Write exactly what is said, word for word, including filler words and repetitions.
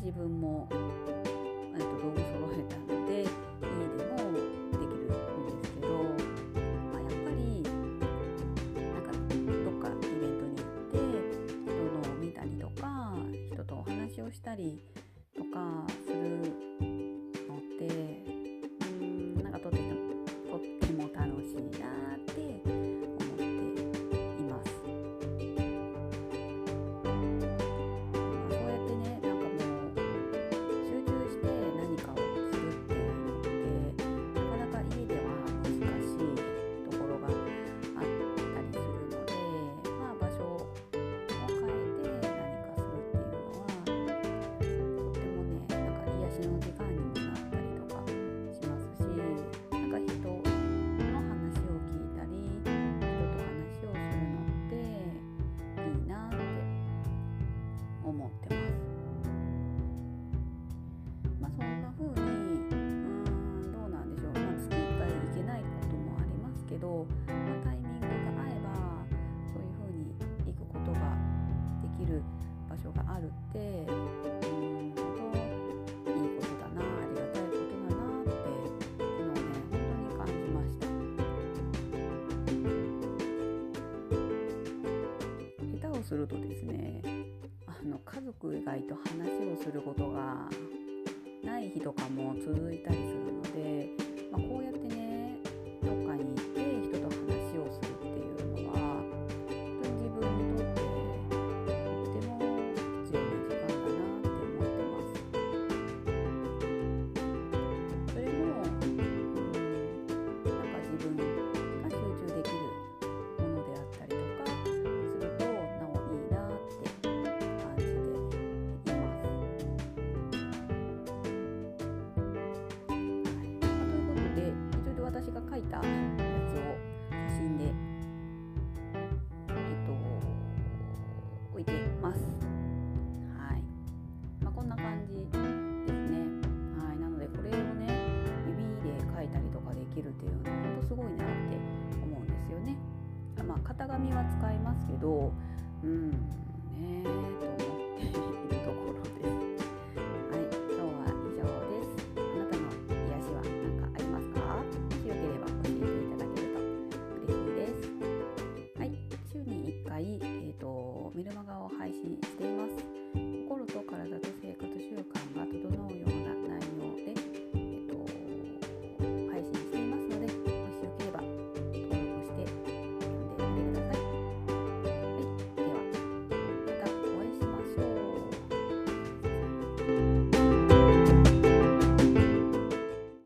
自分もえっと道具揃えたので家でもできるんですけど、まあ、やっぱりなんかどっかイベントに行って人のを見たりとか人とお話をしたりとかするのってうーんなんかとってもとっても楽しいなって思っています。まあ、そうやってねなんかもう集中して何かをするっていうのってなかなか家では難しいところがあったりするので、まあ、場所を変えて何かするっていうのはとってもねなんか癒しの時間にもなったりとかしますし、なんか人の話を聞いたり人と話をするのっていいなって思ってます。まあ、そんな風にうーんどうなんでしょう、まあ、月いっかい行けないこともありますけど、まあ、タイミングが合えばそういう風に行くことができる場所があるってうーん本当いいことだな、ありがたいことだなっていうのをね本当に感じました。下手をするとですねあの家族以外と話をすることがない日とかも続いたりするので、まあ、こうやってねどっかに行って人と話をするっていうのは本当に自分にとってとっても必要な時間だなって思ってます。それもうんなんか自分が集中できるものであったりとかするとなおいいなって感じています。で一応で私が描いたやつを写真で、えっと、置いてます。はい、まあ、こんな感じですね。はい、なのでこれをね指で描いたりとかできるっていうのは本当すごいなって思うんですよね。まあ型紙は使いますけど、うんね